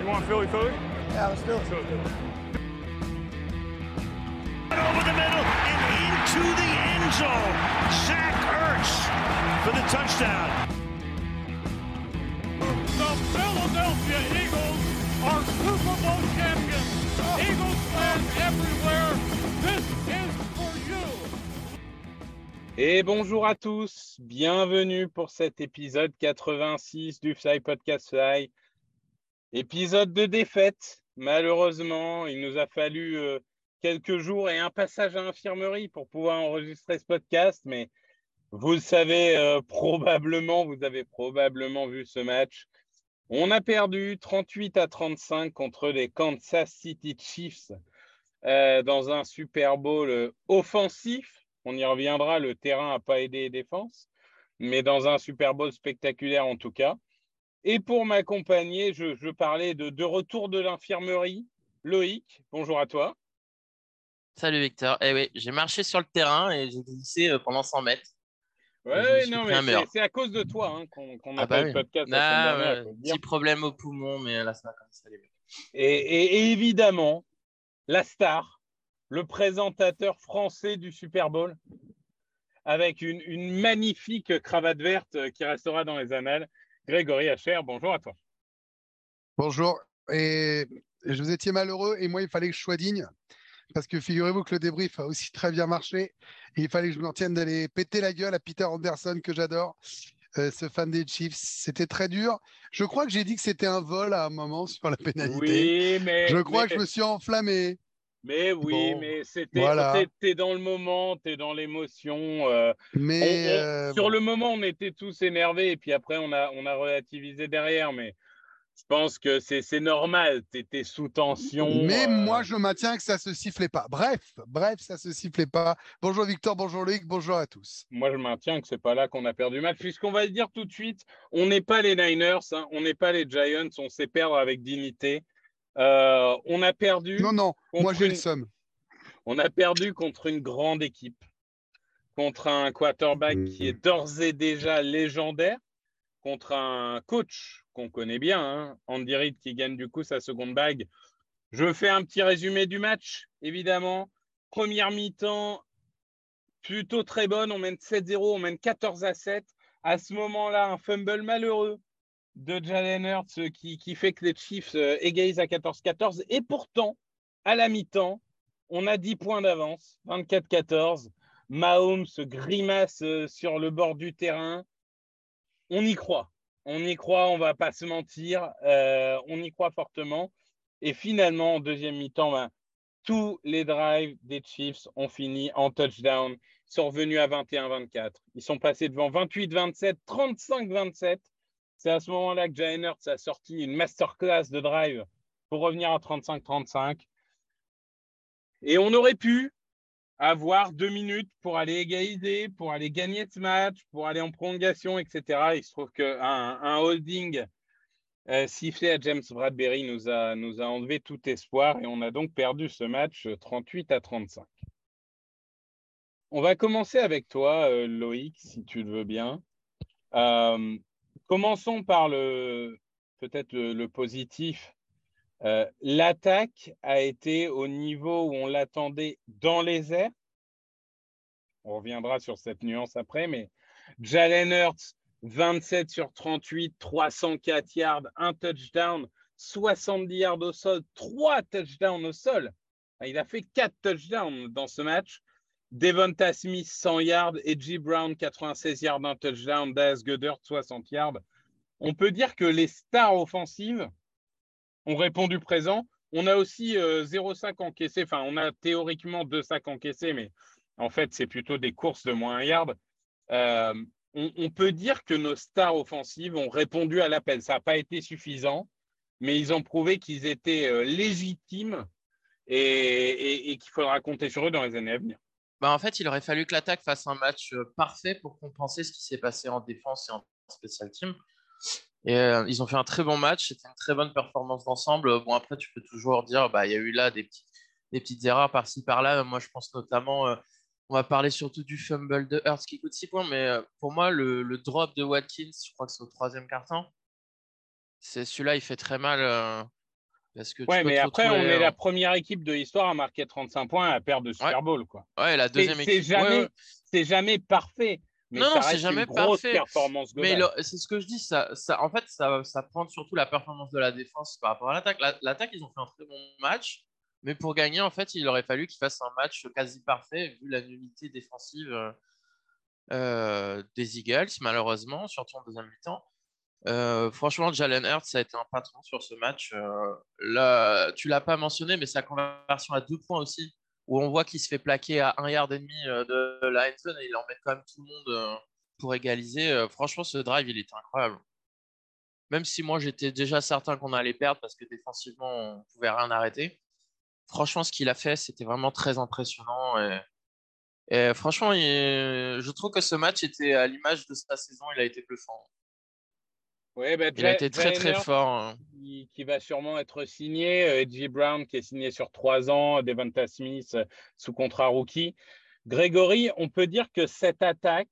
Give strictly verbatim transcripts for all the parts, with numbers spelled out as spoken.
want Philly, Philly? Yeah, let's do it. Philly. Over the middle and into the end zone. Zach Ertz for the touchdown. The Philadelphia Eagles are Super Bowl champions. Eagles fans everywhere, this is for you. Et bonjour à tous, bienvenue pour cet épisode quatre-vingt-six du Fly Podcast Fly. Épisode de défaite, malheureusement, il nous a fallu euh, quelques jours et un passage à l'infirmerie pour pouvoir enregistrer ce podcast, mais vous le savez euh, probablement, vous avez probablement vu ce match. On a perdu trente-huit à trente-cinq contre les Kansas City Chiefs euh, dans un Super Bowl euh, offensif. On y reviendra, le terrain n'a pas aidé les défenses, mais dans un Super Bowl spectaculaire en tout cas. Et pour m'accompagner, je, je parlais de, de retour de l'infirmerie. Loïc, bonjour à toi. Salut Victor. Eh oui, j'ai marché sur le terrain et j'ai glissé pendant cent mètres. Ouais, non, mais c'est, c'est à cause de toi hein, qu'on, qu'on a ah pas bah eu oui. de podcast la ah, semaine dernière. ouais. Petit problème au poumon, mais là, ça va commencer à aller mieux. Et, et, et évidemment, la star, le présentateur français du Super Bowl, avec une, une magnifique cravate verte qui restera dans les annales. Grégory Hacher, bonjour à toi. Bonjour. Et je vous étiez malheureux et moi, il fallait que je sois digne. Parce que figurez-vous que le débrief a aussi très bien marché. Et il fallait que je m'en tienne d'aller péter la gueule à Peter Anderson, que j'adore, euh, ce fan des Chiefs. C'était très dur. Je crois que j'ai dit que c'était un vol à un moment sur la pénalité. Oui, mais... Je crois mais... que je me suis enflammé. Mais oui, bon, mais c'était, voilà. t'es, t'es dans le moment, t'es dans l'émotion. Euh, mais on, on, euh, sur bon. le moment, on était tous énervés et puis après, on a, on a relativisé derrière. Mais je pense que c'est, c'est normal, t'étais sous tension. Mais euh... moi, je maintiens que ça se sifflait pas. Bref, bref, ça se sifflait pas. Bonjour Victor, bonjour Loïc, bonjour à tous. Moi, je maintiens que c'est pas là qu'on a perdu le match, puisqu'on va le dire tout de suite, on n'est pas les Niners, hein, on n'est pas les Giants, on sait perdre avec dignité. Euh, on a perdu. Non, non, moi j'ai une... le seum. On a perdu contre une grande équipe, contre un quarterback mmh. qui est d'ores et déjà légendaire, contre un coach qu'on connaît bien, hein, Andy Reid, qui gagne du coup sa seconde bague. Je fais un petit résumé du match, évidemment. Première mi-temps, plutôt très bonne, on mène sept zéro, on mène quatorze à sept. À ce moment-là, un fumble malheureux de Jalen Hurts qui, qui fait que les Chiefs euh, égalisent à quatorze quatorze. Et pourtant, à la mi-temps, on a dix points d'avance, vingt-quatre quatorze. Mahomes se grimace euh, sur le bord du terrain. On y croit. On y croit, on ne va pas se mentir. Euh, on y croit fortement. Et finalement, en deuxième mi-temps, ben, tous les drives des Chiefs ont fini en touchdown. Ils sont revenus à vingt et un vingt-quatre. Ils sont passés devant vingt-huit vingt-sept, trente-cinq vingt-sept. C'est à ce moment-là que Jalen Hurts a sorti une masterclass de drive pour revenir à trente-cinq trente-cinq. Et on aurait pu avoir deux minutes pour aller égaliser, pour aller gagner ce match, pour aller en prolongation, et cetera. Il se trouve qu'un un holding euh, sifflé à James Bradberry nous a, nous a enlevé tout espoir et on a donc perdu ce match trente-huit à trente-cinq. On va commencer avec toi, euh, Loïc, si tu le veux bien. Euh, commençons par le peut-être le, le positif. Euh, l'attaque a été au niveau où on l'attendait dans les airs. On reviendra sur cette nuance après, mais Jalen Hurts, vingt-sept sur trente-huit, trois cent quatre yards, un touchdown, soixante-dix yards au sol, trois touchdowns au sol. Il a fait quatre touchdowns dans ce match. Devonta Smith, cent yards, Edgy Brown, quatre-vingt-seize yards, un touchdown, Dallas Goedert, soixante yards. On peut dire que les stars offensives ont répondu présent. On a aussi euh, zéro sac encaissé. Enfin, on a théoriquement deux sacs encaissés, mais en fait, c'est plutôt des courses de moins un yard. Euh, on, on peut dire que nos stars offensives ont répondu à l'appel. Ça n'a pas été suffisant, mais ils ont prouvé qu'ils étaient euh, légitimes et, et, et qu'il faudra compter sur eux dans les années à venir. Bah en fait, il aurait fallu que l'attaque fasse un match euh, parfait pour compenser ce qui s'est passé en défense et en special team. Et euh, ils ont fait un très bon match, c'était une très bonne performance d'ensemble. Bon, après, tu peux toujours dire, bah, il y a eu là des, petits, des petites erreurs par-ci, par-là. Moi, je pense notamment, euh, on va parler surtout du fumble de Hurts qui coûte six points, mais euh, pour moi, le, le drop de Watkins, je crois que c'est au troisième quart-temps, c'est, celui-là, il fait très mal. Euh, Parce que ouais, tu peux mais te après, retrouver... on est la première équipe de l'histoire à marquer trente-cinq points et à perdre de Super Ouais, Bowl, quoi. ouais, la deuxième C'est, équipe. c'est jamais, Ouais, ouais. c'est jamais parfait, mais Non, ça non, c'est reste une jamais grosse parfait. performance Mais globale. le- c'est ce que je dis, ça, ça, en fait, ça, ça prend surtout la performance de la défense par rapport à l'attaque. La- l'attaque, ils ont fait un très bon match, mais pour gagner, en fait, il aurait fallu qu'ils fassent un match quasi parfait, vu la nullité défensive euh, euh, des Eagles, malheureusement, surtout en deuxième mi-temps. Euh, franchement, Jalen Hurts a été un patron sur ce match. Euh, là, tu l'as pas mentionné, mais sa conversion à deux points aussi, où on voit qu'il se fait plaquer à un yard et demi euh, de la end zone et il emmène quand même tout le monde euh, pour égaliser. Euh, franchement, ce drive, il était incroyable. Même si moi, j'étais déjà certain qu'on allait perdre parce que défensivement, on pouvait rien arrêter. Franchement, ce qu'il a fait, c'était vraiment très impressionnant. Et, et franchement, il- je trouve que ce match était à l'image de sa saison. Il a été bluffant. Ouais, bah, Il a Ja- été très, Jalen très Hurts, fort. hein. qui, qui va sûrement être signé. Euh, J. Brown qui est signé sur trois ans. Devonta Smith euh, sous contrat rookie. Grégory, on peut dire que cette attaque,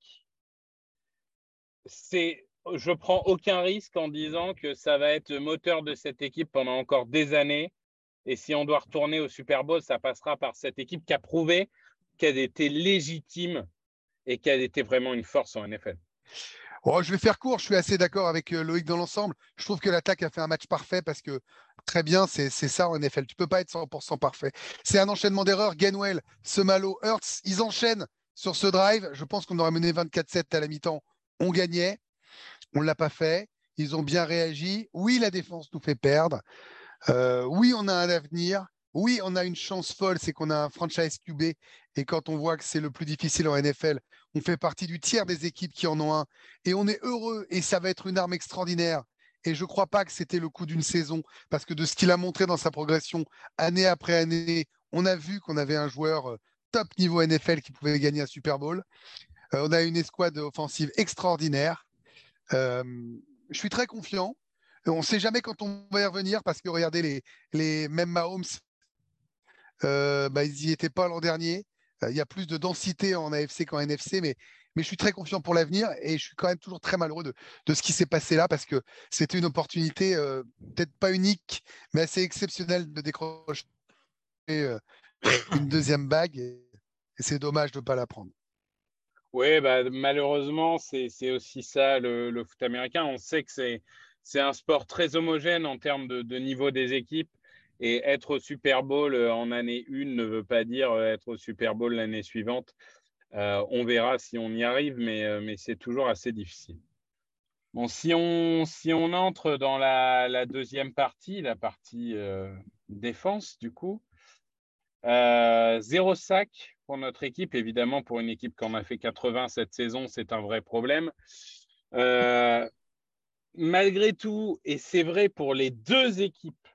c'est, je prends aucun risque en disant que ça va être le moteur de cette équipe pendant encore des années. Et si on doit retourner au Super Bowl, ça passera par cette équipe qui a prouvé qu'elle était légitime et qu'elle était vraiment une force en N F L. Oh, je vais faire court, je suis assez d'accord avec euh, Loïc dans l'ensemble. Je trouve que l'attaque a fait un match parfait parce que très bien, c'est c'est ça en N F L. Tu peux pas être cent pour cent parfait. C'est un enchaînement d'erreurs. Gainwell, Semalo, Hurts, ils enchaînent sur ce drive. Je pense qu'on aurait mené vingt-quatre sept à la mi-temps. On gagnait. On ne l'a pas fait. Ils ont bien réagi. Oui, la défense nous fait perdre. Euh, oui, on a un avenir. Oui, on a une chance folle, c'est qu'on a un franchise Q B. Et quand on voit que c'est le plus difficile en N F L, on fait partie du tiers des équipes qui en ont un. Et on est heureux et ça va être une arme extraordinaire. Et je ne crois pas que c'était le coup d'une saison, parce que de ce qu'il a montré dans sa progression, année après année, on a vu qu'on avait un joueur euh, top niveau N F L qui pouvait gagner un Super Bowl. Euh, on a une escouade offensive extraordinaire. Euh, je suis très confiant. On ne sait jamais quand on va y revenir parce que regardez, les, les mêmes Mahomes, euh, bah, ils n'y étaient pas l'an dernier. Euh, Il y a plus de densité en A F C qu'en N F C, mais, mais je suis très confiant pour l'avenir et je suis quand même toujours très malheureux de, de ce qui s'est passé là parce que c'était une opportunité euh, peut-être pas unique, mais assez exceptionnelle de décrocher euh, une deuxième bague et, et c'est dommage de ne pas la prendre. Oui, bah, malheureusement, c'est, c'est aussi ça le, le foot américain. On sait que c'est, c'est un sport très homogène en termes de, de niveau des équipes. Et être au Super Bowl en année une ne veut pas dire être au Super Bowl l'année suivante. Euh, on verra si on y arrive, mais, euh, mais c'est toujours assez difficile. Bon, si on, si on entre dans la, la deuxième partie, la partie euh, défense, du coup, euh, zéro sac pour notre équipe. Évidemment, pour une équipe qui en a fait quatre-vingts cette saison, c'est un vrai problème. Euh, malgré tout, et c'est vrai pour les deux équipes,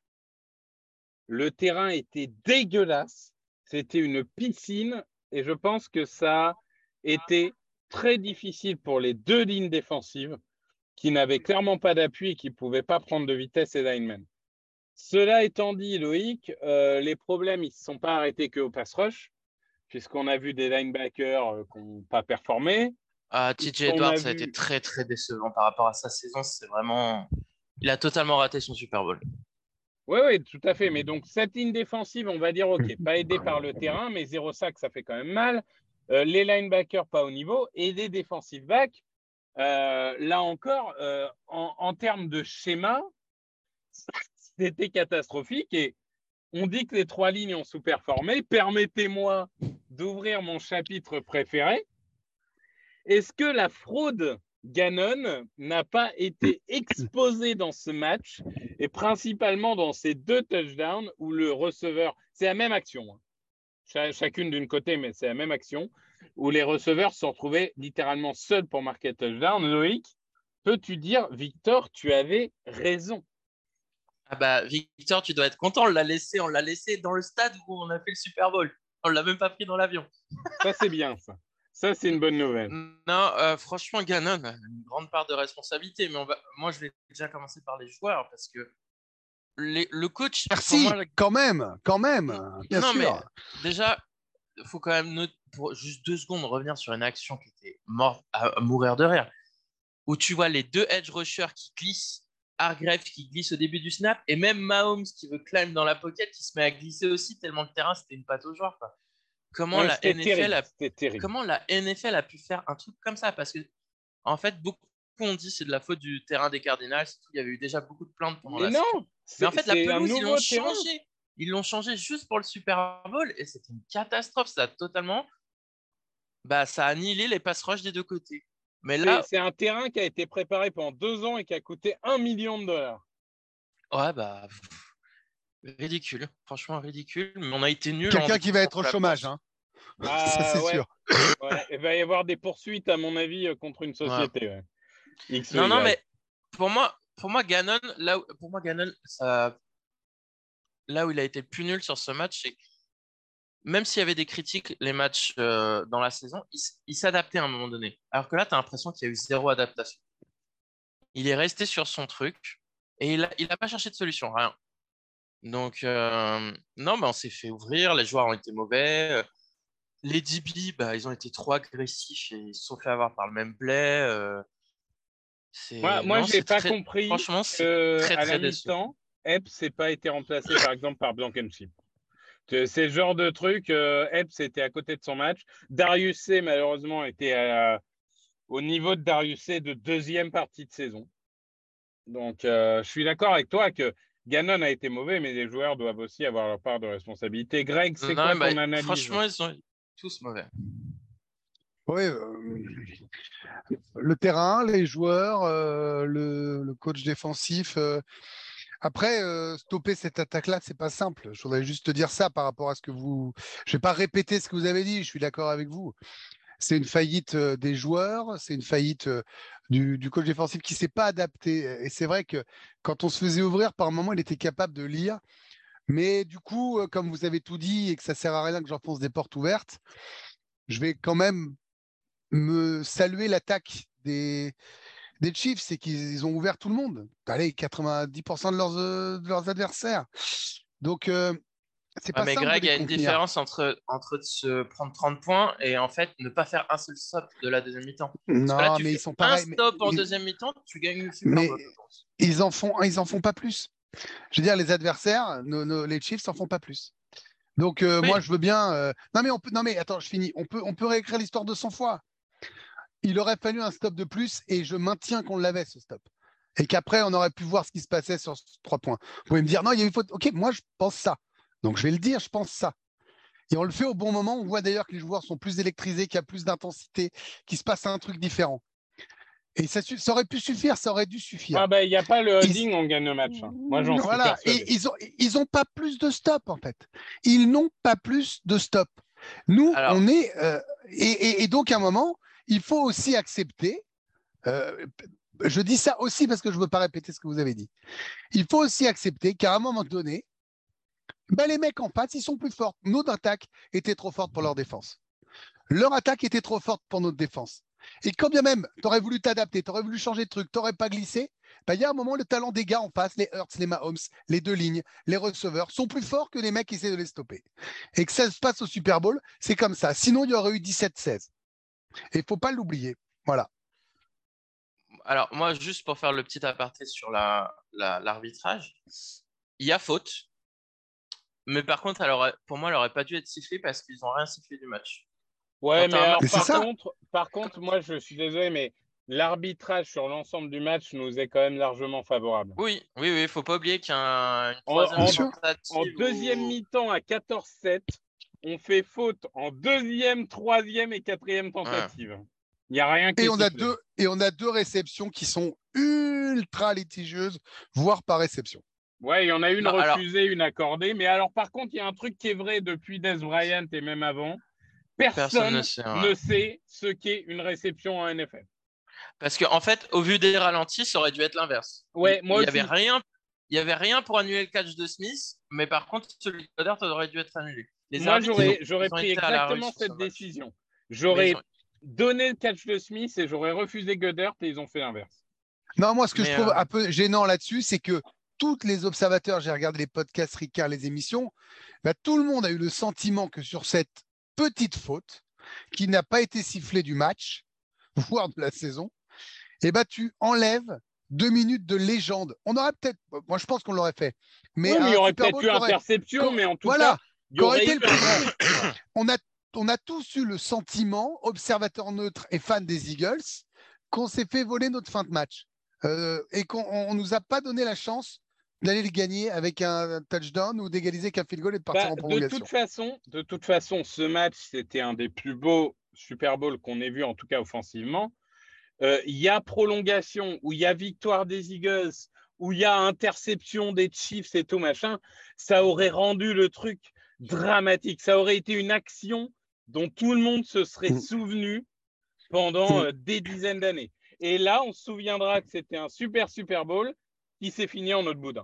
le terrain était dégueulasse. C'était une piscine et je pense que ça a été très difficile pour les deux lignes défensives qui n'avaient clairement pas d'appui et qui ne pouvaient pas prendre de vitesse et linemen. Cela étant dit, Loïc, euh, les problèmes, ils ne se sont pas arrêtés qu'au pass rush, puisqu'on a vu des linebackers euh, qui n'ont pas performé. Ah, T J On a Edwards a été vu... très très décevant par rapport à sa saison. C'est vraiment. Il a totalement raté son Super Bowl. Oui, oui, tout à fait. Mais donc, cette ligne défensive, on va dire, OK, pas aidée par le terrain, mais zéro sac, ça fait quand même mal. Euh, les linebackers, pas au niveau. Et les defensive backs, euh, là encore, euh, en, en termes de schéma, c'était catastrophique. Et on dit que les trois lignes ont sous-performé. Permettez-moi d'ouvrir mon chapitre préféré. Est-ce que la fraude Gannon n'a pas été exposée dans ce match et principalement dans ces deux touchdowns où le receveur, c'est la même action, hein. Chacune d'une côté, mais c'est la même action, où les receveurs se sont retrouvés littéralement seuls pour marquer le touchdown. Loïc, peux-tu dire, Victor, tu avais raison? Ah bah, Victor, tu dois être content. On l'a laissé, on l'a laissé dans le stade où on a fait le Super Bowl. On l'a même pas pris dans l'avion. Ça, c'est bien, ça. Ça, c'est une bonne nouvelle. Non, euh, franchement, Gannon a une grande part de responsabilité. Mais on va... moi, je vais déjà commencer par les joueurs parce que les... le coach. Merci, moi, quand même, quand même, bien non, sûr. mais déjà, il faut quand même noter, pour juste deux secondes revenir sur une action qui était morte à mourir de rire, où tu vois les deux edge rushers qui glissent Hargrave qui glisse au début du snap, et même Mahomes qui veut climb dans la pocket, qui se met à glisser aussi, tellement le terrain, c'était une patte aux joueurs, quoi. Comment, Ouais, la c'était N F L terrible, a... c'était terrible. Comment la N F L a pu faire un truc comme ça? Parce que, en fait, beaucoup ont dit que c'est de la faute du terrain des Cardinals. Il y avait eu déjà beaucoup de plaintes pendant Mais la non, saison. Mais en fait, la c'est un pelouse, ils l'ont nouveau terrain. changé. Ils l'ont changé juste pour le Super Bowl et c'était une catastrophe. Ça a totalement. Bah, ça a annihilé les pass rush des deux côtés. Mais là. C'est un terrain qui a été préparé pendant deux ans et qui a coûté un million de dollars. Ouais, bah. Ridicule. Franchement, ridicule. Mais on a été nuls. Quelqu'un qui va être au chômage, hein. Ah, ça, c'est ouais. sûr. Ouais. Il va y avoir des poursuites, à mon avis, contre une société. Ouais. Ouais. X, non, Y. non, mais pour moi, pour moi Gannon, là où, pour moi, Gannon, ça, là où il a été le plus nul sur ce match, c'est que même s'il y avait des critiques, les matchs euh, dans la saison, il, il s'adaptait à un moment donné. Alors que là, tu as l'impression qu'il y a eu zéro adaptation. Il est resté sur son truc et il n'a il a pas cherché de solution, rien. Donc, euh, non, mais on s'est fait ouvrir, les joueurs ont été mauvais. Les D B, bah, ils ont été trop agressifs et ils se sont fait avoir par le même play. Euh, Moi, moi je n'ai pas très, compris franchement, c'est très, qu'à très la déçu. mi-temps, Epps n'ait pas été remplacé, par exemple, par Blankenship. C'est le genre de truc, euh, Epps était à côté de son match. Darius C, malheureusement, était à, au niveau de Darius C de deuxième partie de saison. Donc, euh, je suis d'accord avec toi que Gannon a été mauvais, mais les joueurs doivent aussi avoir leur part de responsabilité. Greg, c'est quoi bah, ton analyse? Franchement, ils sont tous mauvais. Oui, euh, le terrain, les joueurs, euh, le, le coach défensif. Euh, Après, euh, stopper cette attaque-là, c'est pas simple. Je voudrais juste te dire ça par rapport à ce que vous. Je vais pas répéter ce que vous avez dit. Je suis d'accord avec vous. C'est une faillite euh, des joueurs, c'est une faillite euh, du, du coach défensif qui s'est pas adapté. Et c'est vrai que quand on se faisait ouvrir, par moment, il était capable de lire. Mais du coup, euh, comme vous avez tout dit et que ça sert à rien que j'enfonce des portes ouvertes, je vais quand même me saluer l'attaque des, des Chiefs, c'est qu'ils ont ouvert tout le monde. Allez, quatre-vingt-dix pour cent de leurs, euh, de leurs adversaires. Donc, euh, c'est Ouais, pas mais simple Greg, de il y les a une contenir. différence entre, entre se prendre trente points et en fait ne pas faire un seul stop de la deuxième mi-temps. Parce que là, Non, tu mais fais ils sont un pareils. stop Mais, en ils, deuxième mi-temps, tu gagnes le Super mais Bowl, je pense. ils en font, ils en font pas plus. Je veux dire, les adversaires, nos, nos- les Chiefs en font pas plus. Donc, euh, moi, Oui, je veux bien. euh, Non, mais on peut. Non, mais attends, je finis. On peut, on peut réécrire l'histoire de cent fois. Il aurait fallu un stop de plus et je maintiens qu'on l'avait, ce stop. Et qu'après, on aurait pu voir ce qui se passait sur ce trois points. Vous pouvez me dire, non, il y a eu faute. Ok, moi, je pense ça. Donc, je vais le dire, je pense ça. Et on le fait au bon moment. On voit d'ailleurs que les joueurs sont plus électrisés, qu'il y a plus d'intensité, qu'il se passe un truc différent. Et ça, ça aurait pu suffire, ça aurait dû suffire. Ah ben, il n'y a pas le holding, Ils... on gagne le match. Hein. Moi, j'en suis voilà. persuadé. Et ils ont, ils ont pas plus de stop, en fait. Ils n'ont pas plus de stop. Nous, alors, on est... Euh, et, et, et donc, à un moment, il faut aussi accepter... Euh, je dis ça aussi parce que je ne veux pas répéter ce que vous avez dit. Il faut aussi accepter qu'à un moment donné, ben les mecs en face, ils sont plus forts. Notre attaque était trop forte pour leur défense. Leur attaque était trop forte pour notre défense. Et quand bien même, tu aurais voulu t'adapter, tu aurais voulu changer de truc, tu n'aurais pas glissé, ben, il y a un moment, le talent des gars en face, les Hurts, les Mahomes, les deux lignes, les receveurs, sont plus forts que les mecs qui essaient de les stopper. Et que ça se passe au Super Bowl, c'est comme ça. Sinon, il y aurait eu dix-sept seize. Et il ne faut pas l'oublier. Voilà. alors, moi, juste pour faire le petit aparté sur la, la, l'arbitrage, il y a faute. Mais par contre, alors, pour moi, elle n'aurait pas dû être sifflée parce qu'ils n'ont rien sifflé du match. Ouais, Quand mais un alors, Mais c'est par ça. contre, par contre, moi, je suis désolé, mais l'arbitrage sur l'ensemble du match nous est quand même largement favorable. Oui, oui, oui, il ne faut pas oublier qu'il y a un, une En, troisième en, tentative. en deuxième où... mi-temps à quatorze sept, on fait faute en deuxième, troisième et quatrième tentative. Ouais. Il n'y a rien qui Et est on, a sifflé. deux, et on a deux réceptions qui sont ultra litigieuses, voire par réception. Ouais, il y en a une non, refusée, alors... une accordée. Mais alors, par contre, il y a un truc qui est vrai depuis Dez Bryant et même avant. Personne, Personne ne, sait, ouais. ne sait ce qu'est une réception en N F L. Parce qu'en en fait, au vu des ralentis, ça aurait dû être l'inverse. Ouais, il, moi il aussi. Y avait rien, il n'y avait rien pour annuler le catch de Smith, mais par contre, celui de Goddard aurait dû être annulé. Les moi, arbitres, j'aurais, ils ont, j'aurais ils ont pris été exactement cette décision. J'aurais ont... donné le catch de Smith et j'aurais refusé Goddard et ils ont fait l'inverse. Non, moi, ce que mais je trouve euh... un peu gênant là-dessus, c'est que tous les observateurs, j'ai regardé les podcasts Ricard, les émissions, bah, tout le monde a eu le sentiment que sur cette petite faute, qui n'a pas été sifflée du match, voire de la saison, et bah, tu enlèves deux minutes de légende. On aurait peut-être, moi je pense qu'on l'aurait fait. Mais oui, mais il y aurait Super peut-être Bowl eu qu'aurait- interception, qu'au- mais en tout voilà, cas, il y aurait été eu le plus un- grand. On a, on a tous eu le sentiment, observateurs neutres et fans des Eagles, qu'on s'est fait voler notre fin de match euh, et qu'on ne nous a pas donné la chance d'aller le gagner avec un touchdown ou d'égaliser qu'un field goal et de partir Bah, en de prolongation. toute façon, de toute façon, ce match, c'était un des plus beaux Super Bowl qu'on ait vu, en tout cas offensivement. Euh, Il y a prolongation, où il y a victoire des Eagles, où il y a interception des Chiefs et tout machin. Ça aurait rendu le truc dramatique. Ça aurait été une action dont tout le monde se serait Mm. souvenu pendant Mm. euh, des dizaines d'années. Et là, on se souviendra que c'était un super Super Bowl qui s'est fini en notre boudin.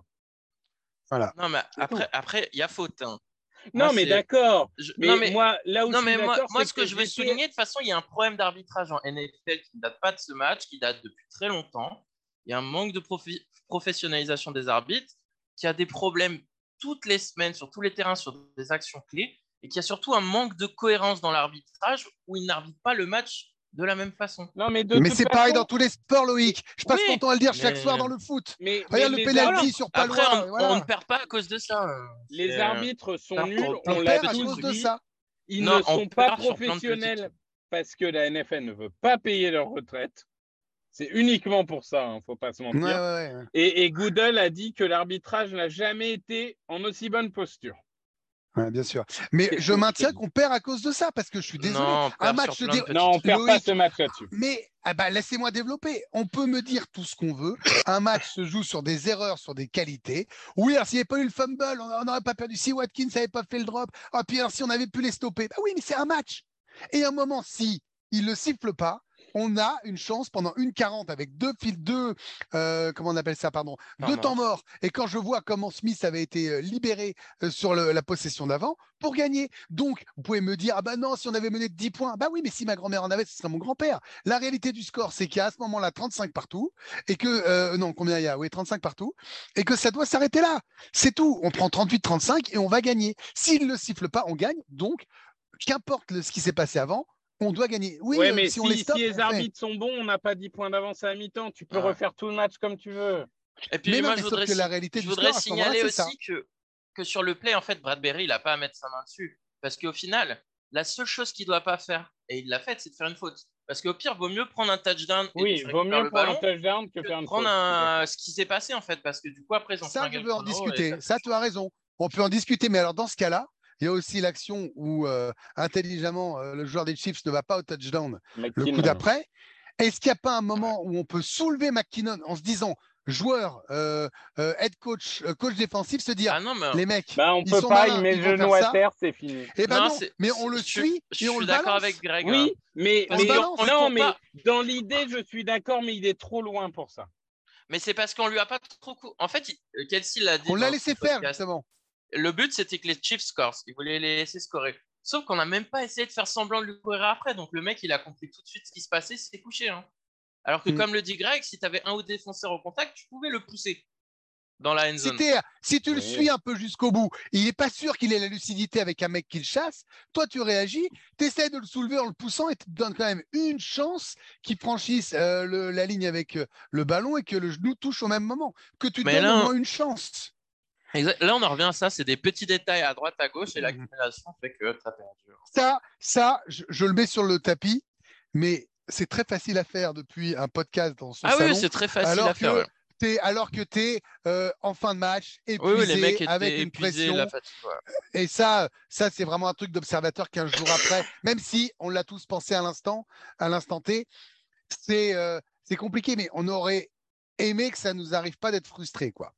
Voilà. Non, mais C'est après, tout. après, il y a faute. hein. Non, Moi, mais c'est- d'accord. Je- Mais, non, mais- moi, là où Non, je suis mais moi, d'accord, moi c'est ce que, je veux j'étais- souligner, de toute façon, il y a un problème d'arbitrage en N F L qui ne date pas de ce match, qui date depuis très longtemps. Il y a un manque de profi- professionnalisation des arbitres, qui a des problèmes toutes les semaines sur tous les terrains, sur des actions clés, et qui a surtout un manque de cohérence dans l'arbitrage où il n'arbitre pas le match de la même façon. Non, mais de Mais toute c'est pareil façon- dans tous les sports, Loïc. Je passe Oui, mon temps à le dire chaque mais- soir dans le foot. Mais, Regarde mais le les, penalty arbitres, sur Après, Palois. on, voilà. on ne perd pas à cause de ça. les C'est- arbitres sont perd nuls, pour- on On l'a perd à tous cause de dit. ça. Ils Non, ne on sont pas perd sur plein de professionnels politiques. parce que la N F L ne veut pas payer leur retraite. C'est uniquement pour ça, il ne faut pas se mentir. Ouais, ouais, ouais. Et, et Goodell a dit que l'arbitrage n'a jamais été en aussi bonne posture. Ouais, bien sûr. Mais C'est je tout, maintiens je te qu'on perd à cause de ça, parce que je suis désolé. Non, on un perd match sur de plein de dé- petites- Non, on ne perd pas Loïc, ce match là-dessus. mais ah bah, laissez-moi développer. On peut me dire tout ce qu'on veut. Un match se joue sur des erreurs, sur des qualités. Oui, alors s'il n'y avait pas eu le fumble, on n'aurait pas perdu. Si Watkins n'avait pas fait le drop, ah, puis alors si on avait pu les stopper. Bah oui, mais c'est un match. Et à un moment, si il ne le siffle pas, on a une chance pendant une quarante avec deux fils, deux, euh, comment on appelle ça, pardon, Temps deux mort. temps morts. Et quand je vois comment Smith avait été euh, libéré euh, sur le- la possession d'avant pour gagner. Donc, vous pouvez me dire, ah bah non, si on avait mené de dix points, bah oui, mais si ma grand-mère en avait, ce serait mon grand-père. La réalité du score, c'est qu'il y a à ce moment-là trente-cinq partout et que, euh, non, combien il y a? Oui, trente-cinq partout et que ça doit s'arrêter là. C'est tout. On prend trente-huit trente-cinq et on va gagner. S'il ne le siffle pas, on gagne. Donc, qu'importe le- ce qui s'est passé avant, on doit gagner. Oui, Ouais, euh, mais si si, on les stoppe, si les on fait. arbitres sont bons, on n'a pas dix points d'avance à la mi-temps. Tu peux Ouais. refaire tout le match comme tu veux. Et puis Mais non, moi, mais je sauf voudrais, que la si- réalité je du voudrais score, à ce moment-là, signaler c'est ça. aussi que, que sur le play, en fait, Bradbury, il n'a pas à mettre sa main dessus. Parce qu'au final, la seule chose qu'il ne doit pas faire, et il l'a fait, c'est de faire une faute. Parce qu'au pire, vaut mieux prendre un touchdown et Oui, tu vaut récupères mieux le prendre un ballon touchdown que que de faire une prendre faute. un... ce qui s'est passé, en fait. Parce que du coup, après, ils ont Ça, flingué je le veux en chrono et discuter. ça- Ça, tu as raison. On peut en discuter. Mais alors, dans ce cas-là, il y a aussi l'action où euh, intelligemment euh, le joueur des Chiefs ne va pas au touchdown le coup McKinnon. d'après. Est-ce qu'il n'y a pas un moment où on peut soulever McKinnon en se disant, joueur, euh, euh, head coach, euh, coach défensif, se dire, Ah non, mais... les mecs, Bah, on ils peut sont pas, malins, il met ils le vont genou faire à ça. terre, c'est fini. Eh ben non, c'est- mais on le je suis- suit je et on suis le d'accord balance. avec Greg. hein. Oui, mais, On mais le balance. on non, court mais pas. dans l'idée, je suis d'accord, mais il est trop loin pour ça. Mais c'est parce qu'on lui a pas trop cou... En fait, il- euh, Kelsey l'a dit On l'a dans laissé son faire, podcast. justement. Le but, c'était que les Chiefs scorent. Il voulait les laisser scorer. Sauf qu'on n'a même pas essayé de faire semblant de lui courir après. Donc le mec, il a compris tout de suite ce qui se passait, il s'est couché. hein. Alors que, Mm. comme le dit Greg, si tu avais un ou deux défenseurs au contact, tu pouvais le pousser dans la end Si, zone. t'es- si tu le Oui. suis un peu jusqu'au bout, il n'est pas sûr qu'il ait la lucidité avec un mec qui le chasse. Toi, tu réagis, tu essaies de le soulever en le poussant et tu te donnes quand même une chance qu'il franchisse euh, le- la ligne avec euh, le ballon et que le genou touche au même moment. Que tu te Mais donnes là, au on- moins une chance. Exact. Là, on en revient à ça. C'est des petits détails à droite, à gauche et Mhm. l'accumulation fait que tu as perdu. Ça, ça je, je le mets sur le tapis, mais c'est très facile à faire depuis un podcast dans son Ah salon. oui, c'est très facile alors à faire. que ouais. t'es, alors que tu es en fin de match, Oui, épuisé, oui, les mecs étaient avec une épuisés, pression. la fatigue. ouais. Et ça, ça c'est vraiment un truc d'observateur quinze jours après, même si on l'a tous pensé à l'instant, à l'instant T, c'est euh, c'est compliqué, mais on aurait aimé que ça nous arrive pas d'être frustré, quoi.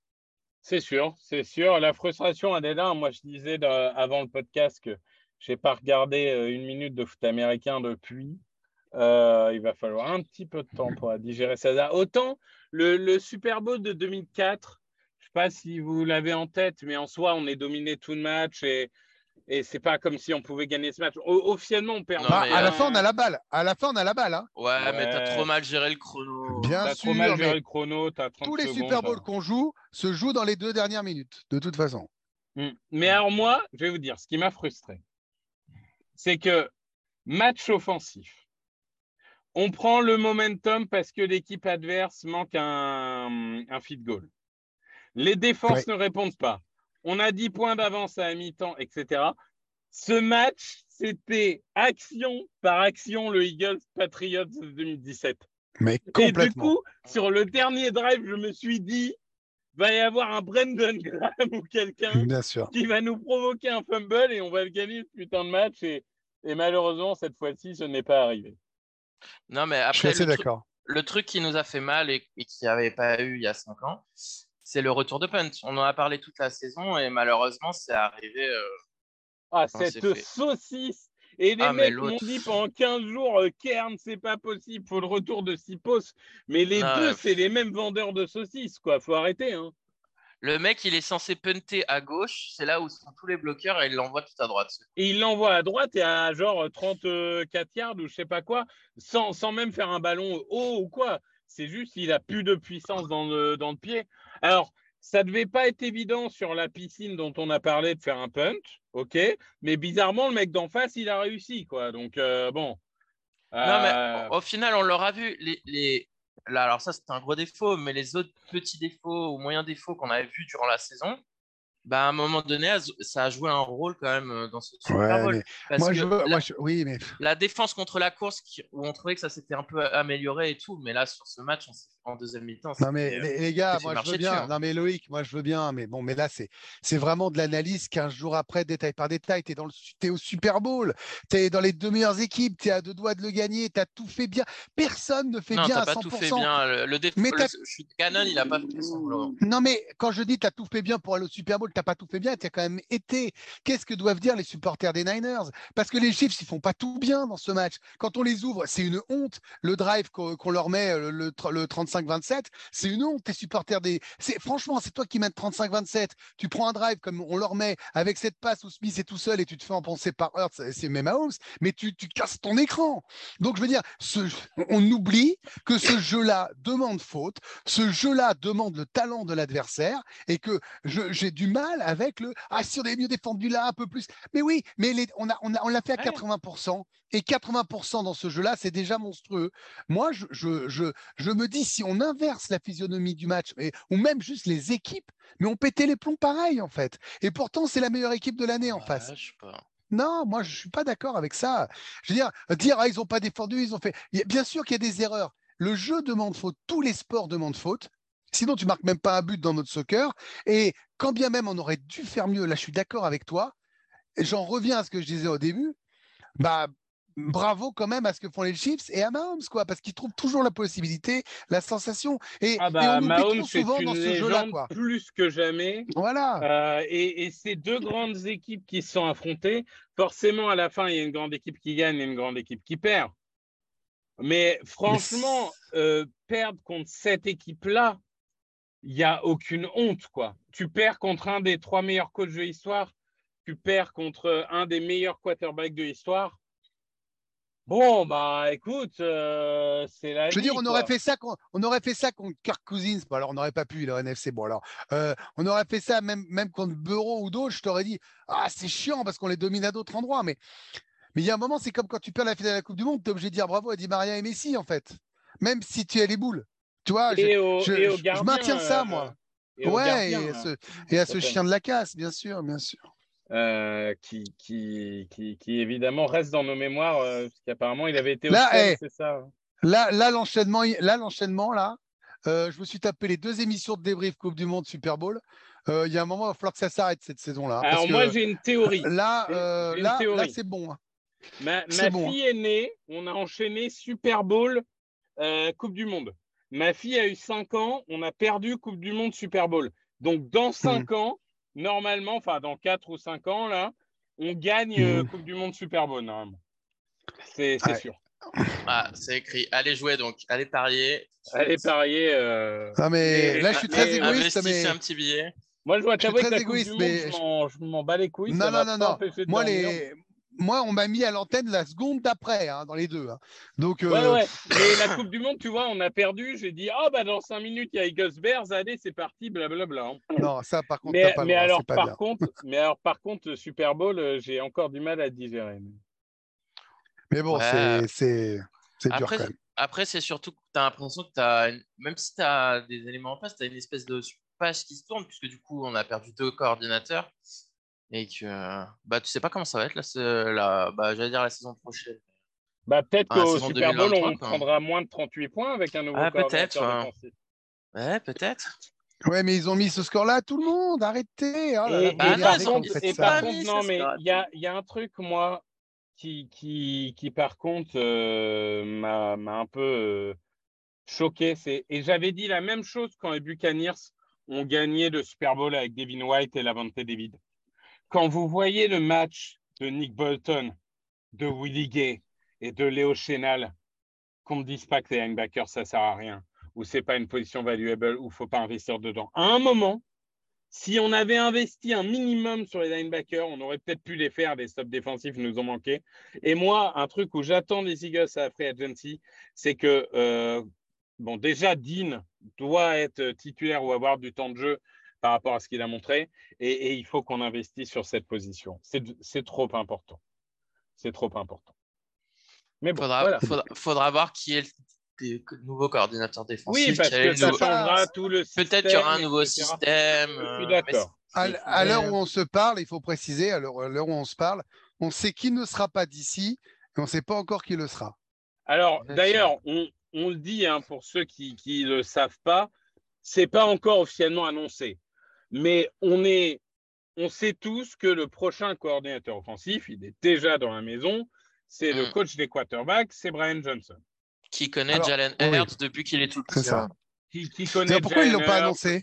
C'est sûr, c'est sûr. La frustration, elle est là. Moi, je disais dans- avant le podcast que je n'ai pas regardé euh, une minute de foot américain depuis. Euh, il va falloir un petit peu de temps pour digérer ça. Autant le, le Super Bowl de deux mille quatre, je ne sais pas si vous l'avez en tête, mais en soi, on est dominé tout le match et, et ce n'est pas comme si on pouvait gagner ce match. O- officiellement, on perd. Non, Bah, mais, à la euh, fin, on a la balle. À la fin, on a la balle. Hein. Ouais, mais t'as Ouais. trop mal géré le chrono. Bien T'as sûr, trop mal géré mais le chrono, t'as trente tous les secondes, Super Bowls t'as- qu'on joue se jouent dans les deux dernières minutes, de toute façon. Mm. Mais alors moi, je vais vous dire, ce qui m'a frustré, c'est que match offensif, On prend le momentum parce que l'équipe adverse manque un, un feed goal. Les défenses ouais. ne répondent pas. On a dix points d'avance à la mi-temps, et cetera. Ce match, c'était action par action le Eagles Patriots de deux mille dix-sept. Mais complètement. Et du coup, sur le dernier drive, je me suis dit, va y avoir un Brandon Graham ou quelqu'un qui va nous provoquer un fumble et on va gagner ce putain de match. Et, et malheureusement, cette fois-ci, ce n'est pas arrivé. Non, mais après, je suis assez le, d'accord. Tru- le truc qui nous a fait mal et, et qui n'y avait pas eu il y a cinq ans, c'est le retour de punt. On en a parlé toute la saison et malheureusement, c'est arrivé. Euh, ah, cette saucisse! Et les ah, mecs m'ont dit pendant quinze jours, euh, Kern, c'est pas possible, faut le retour de Sipos. Mais les non, deux, euh... c'est les mêmes vendeurs de saucisses, quoi. Faut arrêter, hein. Le mec, il est censé punter à gauche, c'est là où sont tous les bloqueurs et il l'envoie tout à droite. Et il l'envoie à droite et à genre trente-quatre yards ou je sais pas quoi, sans, sans même faire un ballon haut ou quoi. C'est juste qu'il a plus de puissance dans le, dans le pied. Alors, ça devait pas être évident sur la piscine dont on a parlé de faire un punt, ok, mais bizarrement, le mec d'en face, il a réussi, quoi. Donc, euh, bon. Euh... Non, mais au final, on l'aura vu, les... les... Là, alors ça, c'était un gros défaut, mais les autres petits défauts ou moyens défauts qu'on avait vus durant la saison, bah, à un moment donné, ça a joué un rôle quand même dans ce Super Bowl. Ouais, parce moi, que je veux, la, moi, je, oui, mais... la défense contre la course, qui, où on trouvait que ça s'était un peu amélioré et tout, mais là, sur ce match, on en deuxième mi-temps. Non, mais les, les gars, moi, je veux bien. Dessus, hein. Non, mais Loïc, moi, je veux bien. Mais bon, mais là, c'est, c'est vraiment de l'analyse quinze jours après, détail par détail. Tu es, es au Super Bowl. Tu es dans les deux meilleures équipes. Tu es à deux doigts de le gagner. Tu as tout fait bien. Personne ne fait non, bien à pas cent pour cent. Tout fait bien. Le, le déf... mais le, je suis Cannon, il n'a pas fait son boulot. Non, mais quand je dis tu as tout fait bien pour aller au Super Bowl, tu n'as pas tout fait bien. Tu as quand même été. Qu'est-ce que doivent dire les supporters des Niners? Parce que les Chiefs, ils font pas tout bien dans ce match. Quand on les ouvre, c'est une honte. Le drive qu'on, qu'on leur met, le, le, le trente-cinq vingt-sept, c'est une honte. Tes supporters des. C'est, franchement, c'est toi qui mets trente-cinq vingt-sept. Tu prends un drive comme on leur met avec cette passe où Smith est tout seul et tu te fais enfoncer par Hurts, c'est même Mahomes, mais tu, tu casses ton écran. Donc, je veux dire, ce, on oublie que ce jeu-là demande faute, ce jeu-là demande le talent de l'adversaire et que je, j'ai du mal avec le ah, si on avait mieux défendu là, un peu plus. Mais oui, mais les, on, a, on, a, on l'a fait à quatre-vingts pour cent et quatre-vingts pour cent dans ce jeu-là, c'est déjà monstrueux. Moi, je, je, je, je me dis, si on inverse la physionomie du match, et, ou même juste les équipes, mais on pétait les plombs pareil, en fait. Et pourtant, c'est la meilleure équipe de l'année en ouais, face. Je sais pas. Non, moi, je ne suis pas d'accord avec ça. Je veux dire, dire ah, ils n'ont pas défendu, ils ont fait. Bien sûr qu'il y a des erreurs. Le jeu demande faute, tous les sports demandent faute. Sinon, tu marques même pas un but dans notre soccer. Et quand bien même on aurait dû faire mieux, là, je suis d'accord avec toi. J'en reviens à ce que je disais au début. Bah, bravo quand même à ce que font les Chiefs et à Mahomes, quoi, parce qu'ils trouvent toujours la possibilité, la sensation. Et, ah bah, et on oublie Mahomes, trop souvent dans ce jeu-là, quoi. Plus que jamais. Voilà. Euh, et, et ces deux grandes équipes qui se sont affrontées, forcément, à la fin, il y a une grande équipe qui gagne et une grande équipe qui perd. Mais franchement, Mais euh, perdre contre cette équipe-là, il n'y a aucune honte, quoi. Tu perds contre un des trois meilleurs coachs de l'histoire, tu perds contre un des meilleurs quarterbacks de l'histoire. Bon, bah écoute, euh, c'est la Je veux vie, dire, on quoi. aurait fait ça, on aurait fait ça contre Kirk Cousins. Bon, alors on n'aurait pas pu, le N F C. Bon, alors, euh, on aurait fait ça même, même contre Burrow ou d'autres. Je t'aurais dit, ah, c'est chiant parce qu'on les domine à d'autres endroits. Mais mais il y a un moment, c'est comme quand tu perds la finale de la Coupe du Monde, tu es obligé de dire bravo à Di Maria et Messi, en fait. Même si tu as les boules. Tu vois, et je, au, je, et au je, gardien, je maintiens ça, moi. Et ouais, gardien, et, à ce, et à ce chien de la casse, bien sûr, bien sûr. Euh, qui, qui, qui, qui évidemment reste dans nos mémoires, euh, parce qu'apparemment il avait été au là, ciel, hey, c'est ça. Là, là, l'enchaînement, là, l'enchaînement, là, euh, je me suis tapé les deux émissions de débrief Coupe du Monde, Super Bowl. Euh, Il y a un moment, il va falloir que ça s'arrête cette saison-là. Alors parce moi, que j'ai une théorie. Là, euh, une là, théorie. là, c'est bon. Hein. Ma, ma bon, fille hein. est née, on a enchaîné Super Bowl, euh, Coupe du Monde. Ma fille a eu cinq ans, on a perdu Coupe du Monde, Super Bowl. Donc, dans cinq mmh. ans, normalement, enfin, dans quatre ou cinq ans, là, on gagne mmh. euh, Coupe du Monde, Super Bowl, normalement. C'est, c'est ouais. sûr. Ah, c'est écrit. Allez jouer, donc. Allez parier. Allez parier. Euh... Non, mais et, là, je suis très égoïste. Mais... un petit billet. Moi, je vois t'avouer que la égoïste, Coupe du mais... Monde, je m'en, je m'en bats les couilles. Non, ça non, va non, pas non. Moi, les... Moi, on m'a mis à l'antenne la seconde d'après, hein, dans les deux. Hein. Donc, ouais, euh... ouais. Mais la Coupe du Monde, tu vois, on a perdu. J'ai dit, ah, oh, bah, dans cinq minutes, il y a Eagles Bears. Allez, c'est parti, blablabla. Hein. Non, ça, par contre, mais, t'as pas mais le droit, alors, c'est pas par bien. contre, mais alors, par contre, Super Bowl, euh, j'ai encore du mal à digérer. Mais bon, ouais. c'est, c'est. C'est dur Après, quand même. après c'est surtout que tu as l'impression que tu as, même si tu as des éléments en place, tu as une espèce de page qui se tourne, puisque du coup, on a perdu deux coordinateurs et que bah, tu sais pas comment ça va être là, la, bah, j'allais dire la saison prochaine. Bah, peut-être Enfin, la qu'au saison Super Bowl, deux mille vingt-trois, on quoi. prendra moins de trente-huit points avec un nouveau Ah, peut-être. coordinateur Enfin, défensif. ouais, peut-être. Ouais, mais ils ont mis ce score-là à tout le monde. Arrêtez. Oh là là, Et, vous Bah et non, par ils m'énervez ont, quand vous contre, ils faites et ont par ça. pas contre, mis non, ce mais score. il y a, il y a un truc, moi, qui, qui, qui par contre, euh, m'a, m'a un peu euh, choqué. C'est, et j'avais dit la même chose quand les Buccaneers ont gagné le Super Bowl avec Devin White et Lavonte David. Quand vous voyez le match de Nick Bolton, de Willie Gay et de Léo Chenal, qu'on ne me dise pas que les linebackers, ça ne sert à rien, ou c'est pas une position valuable, ou il ne faut pas investir dedans. À un moment, si on avait investi un minimum sur les linebackers, on aurait peut-être pu les faire. Les stops défensifs nous ont manqué. Et moi, un truc où j'attends des Eagles à la Free Agency, c'est que, euh, bon, déjà, Dean doit être titulaire ou avoir du temps de jeu par rapport à ce qu'il a montré. Et, et il faut qu'on investisse sur cette position. C'est, c'est trop important. C'est trop important. Mais bon, Faudra, voilà. faudra, faudra voir qui est le, le nouveau coordinateur Oui, défensif, parce quel est que le ça nouveau. changera tout le Peut-être qu'il y aura un système, nouveau et cetera. système. Je suis euh, mais d'accord. À, Mais- à l'heure mais- où on se parle, il faut préciser, à l'heure à l'heure où on se parle, on sait qui ne sera pas d'ici et on ne sait pas encore qui le sera. Alors, Exactement. d'ailleurs, on, on le dit hein, pour ceux qui ne le savent pas, c'est pas encore officiellement annoncé. Mais on, est, on sait tous que le prochain coordinateur offensif, il est déjà dans la maison, c'est le Mm. coach des quarterbacks, c'est Brian Johnson. Qui connaît Alors, Jalen oui, Hurts depuis qu'il est tout c'est petit. ça. hein. Qui, qui D'ailleurs, connaît pourquoi ils ne Jalen l'ont pas Hurts. annoncé?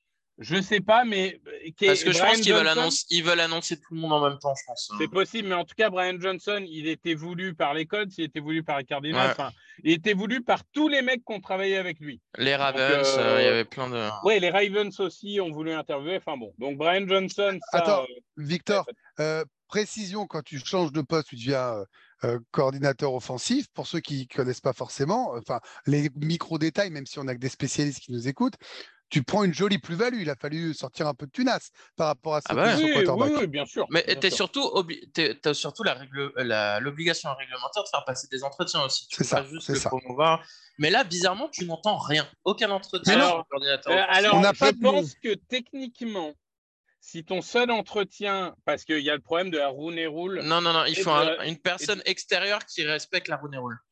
Je sais pas, mais qui Parce est- que je Brian pense qu'ils veulent, Johnson, annoncer, ils veulent annoncer tout le monde en même temps, je pense. c'est possible, mais en tout cas, Brian Johnson, il était voulu par les Colts, il était voulu par les Cardinals, Ouais. enfin, il était voulu par tous les mecs qui ont travaillé avec lui. Les Donc, Ravens, euh, euh, il y avait plein de. ouais, les Ravens aussi ont voulu interviewer. Enfin bon, donc Brian Johnson, ça. Attends, euh, Victor, euh, précision, quand tu changes de poste, tu deviens euh, euh, coordinateur offensif. Pour ceux qui ne connaissent pas forcément, enfin, les micro-détails, même si on a que des spécialistes qui nous écoutent, tu prends une jolie plus-value. Il a fallu sortir un peu de tunasse par rapport à Ah cette bah ouais. position oui, quarterback. oui, oui, bien sûr. Mais bien tu sûr. surtout, obli... t'as surtout la règle... la... l'obligation réglementaire de faire passer des entretiens aussi. Tu C'est peux ça, pas juste c'est le ça. promouvoir. Mais là, bizarrement, tu n'entends rien. Aucun entretien Mais non. sur le coordinateur Euh, offensif. alors, On n'a je pas de pense nom. que techniquement, si ton seul entretien, parce qu'il y a le problème de la Rooney Rule. Non, non, non, il et faut de un- la- une personne et de- extérieure qui respecte la Rooney Rule.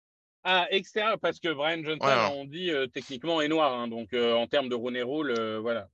Ah, extérieur, parce que Brian Johnson, Ouais, ouais. on dit euh, techniquement est noir, hein, donc euh, en termes de Rooney Rule, euh, voilà.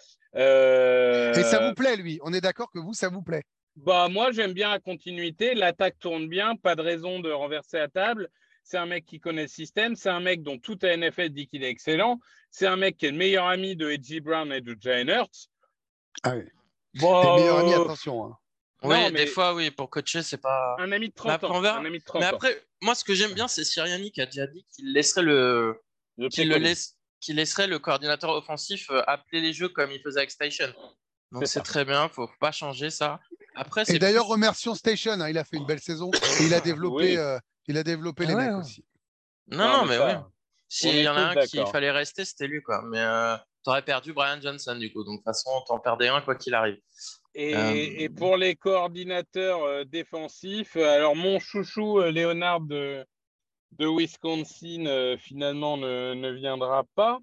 Euh, Et ça vous plaît, lui? On est d'accord que vous, ça vous plaît? Bah, moi, j'aime bien la continuité. L'attaque tourne bien, pas de raison de renverser la table. C'est un mec qui connaît le système. C'est un mec dont toute la N F L dit qu'il est excellent. C'est un mec qui est le meilleur ami de A J Brown et de Jalen Hurts. Ah oui. Bon, Les meilleurs amis, euh, attention. Hein. Oui, non, des mais fois, oui, pour coacher, c'est pas. un ami de Mais trente après, on ans. verra. Un ami de trente Mais ans. après, moi, ce que j'aime bien, c'est Sirianni qui a déjà dit qu'il laisserait le, Je qu'il le préconise. laisse, qu'il laisserait le coordinateur offensif euh, appeler les jeux comme il faisait avec Station. Donc C'est c'est ça. très bien, faut pas changer ça. Après, Et c'est d'ailleurs, plus- remercions Station. Hein, il a fait une belle saison et il a développé, Oui. euh, il a développé Ah les ouais, mecs ouais. aussi. Non, non, mais mais ça, oui. on S'il est y en a tous un qu'il d'accord. fallait rester, c'était lui, quoi. Mais euh, t'aurais perdu Brian Johnson, du coup. Donc, de toute façon, t'en perdais un, quoi qu'il arrive. Et, Euh, et pour les coordinateurs euh, défensifs, euh, alors mon chouchou euh, Leonard de, de Wisconsin euh, finalement ne, ne viendra pas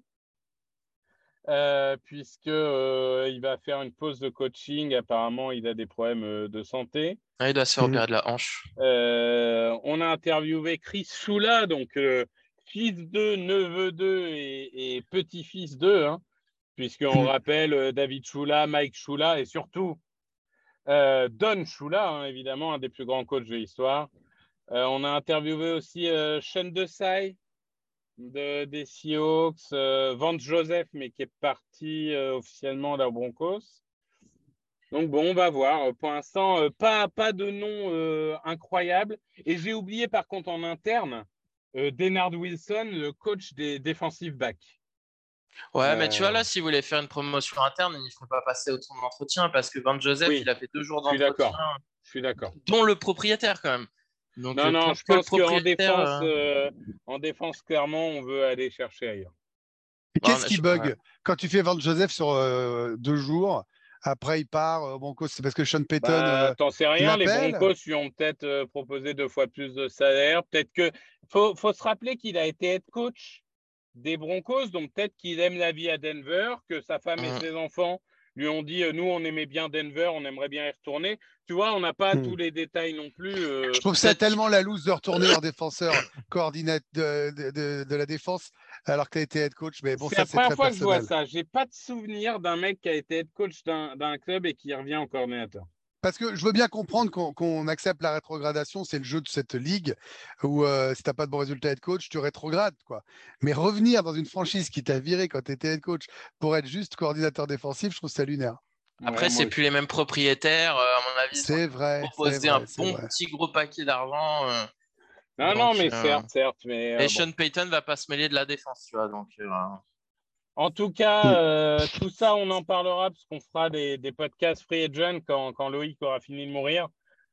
euh, puisque euh, il va faire une pause de coaching. Apparemment, il a des problèmes euh, de santé. ah, il doit se faire Mhm. opérer de la hanche. Euh, on a interviewé Chris Choula, donc euh, fils de, neveu d'eux et, et petit-fils d'eux, hein, puisqu'on Mhm. rappelle euh, David Choula, Mike Choula et surtout Euh, Don Shula, hein, évidemment, un des plus grands coachs de l'histoire. Euh, on a interviewé aussi euh, Sean Desai de, des Seahawks, euh, Vance Joseph, mais qui est parti euh, officiellement d'un Broncos. Donc bon, on va voir. Pour l'instant, euh, pas, pas de nom euh, incroyable. Et j'ai oublié par contre en interne euh, Denard Wilson, le coach des defensive backs. Ouais, Euh, mais tu vois, là, s'il voulait faire une promotion interne, il ne ferait pas passer autant d'entretien parce que Van Joseph, Oui, il a fait deux jours je suis d'entretien, d'accord. Je suis d'accord. dont le propriétaire, quand même. Donc, Non, euh, non, tant je que le pense qu'en propriétaire. défense, euh, euh, en défense, clairement, on veut aller chercher ailleurs. Et bah, on qu'est-ce a- qui je- bug ouais. quand tu fais Van Joseph sur euh, deux jours Après, il part. Euh, Broncos, c'est parce que Sean Payton. Bah, euh, T'en sais rien, les l'appelle. Broncos lui ont peut-être euh, proposé deux fois plus de salaire. Peut-être que faut, faut se rappeler qu'il a été head coach des Broncos, donc peut-être qu'il aime la vie à Denver, que sa femme et Mm. ses enfants lui ont dit euh, nous on aimait bien Denver, on aimerait bien y retourner. Tu vois, on n'a pas Hmm. tous les détails non plus. euh, Je trouve ça peut-être- tellement la loose de retourner en défenseur coordinateur de, de, de, de la défense alors que tu as été head coach. Mais bon, c'est ça, la c'est première très fois que je vois personnel. ça. J'ai pas de souvenir d'un mec qui a été head coach d'un d'un club et qui revient en coordinateur. Parce que je veux bien comprendre qu'on qu'on accepte la rétrogradation, c'est le jeu de cette ligue où euh, si tu n'as pas de bons résultats head coach, tu rétrogrades, quoi. Mais revenir dans une franchise qui t'a viré quand tu étais head coach pour être juste coordinateur défensif, je trouve ça lunaire. Après, Ouais, c'est moi plus les mêmes propriétaires. Euh, à mon avis, ils ont C'est vrai, c'est proposé vrai, un c'est bon vrai. petit gros paquet d'argent. euh, Non, donc, non, mais euh, certes, certes. Mais, euh, Et bon. Sean Payton va pas se mêler de la défense, tu vois. Donc, euh, En tout cas, Mm. euh, tout ça, on en parlera parce qu'on fera des, des podcasts free agent quand, quand Loïc aura fini de mourir.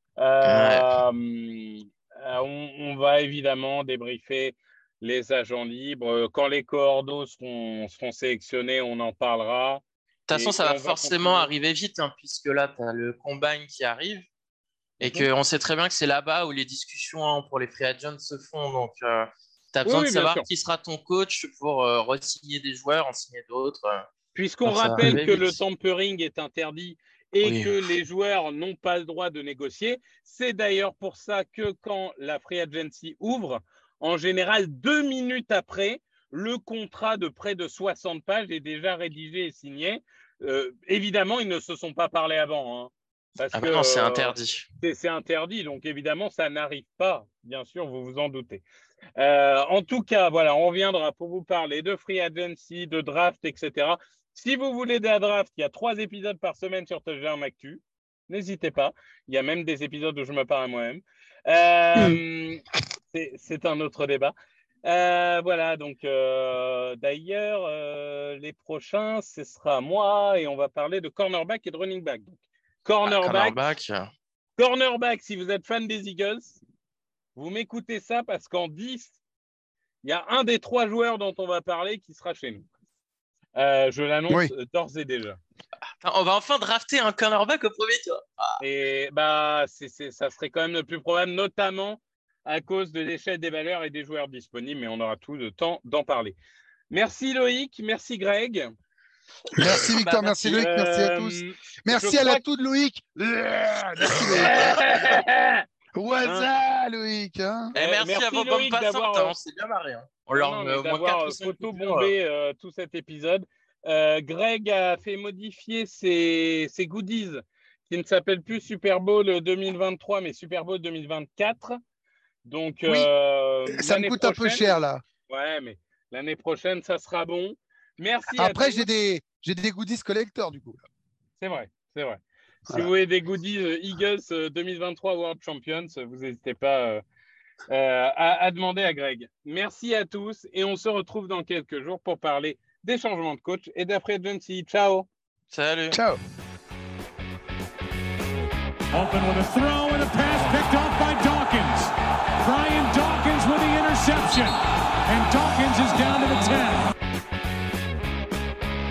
Euh, euh, on, on va évidemment débriefer les agents libres. Quand les coordos seront, seront sélectionnés, on en parlera. de toute façon, Et- ça et va on forcément continuer. arriver vite, hein, puisque là, tu as le combine qui arrive. Et Mhm. qu'on sait très bien que c'est là-bas où les discussions hein, pour les free agents se font. Donc, euh, tu as Oui, besoin oui, de bien savoir sûr. qui sera ton coach pour euh, re-signer des joueurs, en signer d'autres. euh. Puisqu'on Donc, ça va rappelle arriver que vite. le tampering est interdit et Oui. que les joueurs n'ont pas le droit de négocier, c'est d'ailleurs pour ça que quand la free agency ouvre, en général, deux minutes après, le contrat de près de soixante pages est déjà rédigé et signé. Euh, évidemment, ils ne se sont pas parlé avant, hein, parce Ah que bah non, c'est euh, interdit. c'est c'est interdit. Donc, évidemment, ça n'arrive pas, bien sûr, vous vous en doutez. Euh, en tout cas, voilà, on reviendra pour vous parler de free agency, de draft, et cetera. Si vous voulez de la draft, il y a trois épisodes par semaine sur Touchdown Actu. N'hésitez pas. Il y a même des épisodes où je me parle à moi-même. Euh, c'est, c'est un autre débat. Euh, voilà, donc euh, d'ailleurs, euh, les prochains, ce sera moi et on va parler de cornerback et de running back. Donc, Ah, cornerback, cornerback. euh, cornerback, si vous êtes fan des Eagles, vous m'écoutez ça parce qu'en dix, il y a un des trois joueurs dont on va parler qui sera chez nous. Euh, je l'annonce Oui. d'ores et déjà. Enfin, on va enfin drafter un cornerback au premier tour. Et bah, c'est, c'est, ça serait quand même le plus probable, notamment à cause de l'échelle des valeurs et des joueurs disponibles, mais on aura tout le temps d'en parler. Merci Loïc, merci Greg. Merci Victor, Bah, merci merci. Loïc, merci à Euh, tous. je Merci à crois la toute Loïc. Merci Loïc. Waza Loïc. Hein. Et Euh, merci, merci à vos Loïc bandes passantes, d'avoir, hein, euh, on s'est bien marré. Hein. On Non, leur non, met mais au moins d'avoir quatre euh, ou cinq coupures. photobombé euh, tout cet épisode. Euh, Greg a fait modifier ses, ses goodies qui ne s'appellent plus Super Bowl deux mille vingt-trois, mais Super Bowl deux mille vingt-quatre. Donc, Oui, euh, ça me l'année coûte un peu prochaine, cher là. ouais, mais l'année prochaine, ça sera bon. Merci Après, à j'ai tous. des, j'ai des goodies collector du coup. C'est vrai, c'est vrai. Si Voilà. vous voulez des goodies euh, Eagles euh, deux mille vingt-trois World Champions, vous n'hésitez pas euh, euh, à, à demander à Greg. Merci à tous et on se retrouve dans quelques jours pour parler des changements de coach et d'après agency. Ciao. Salut. Ciao. Open with a throw and a pass picked off by Donovan.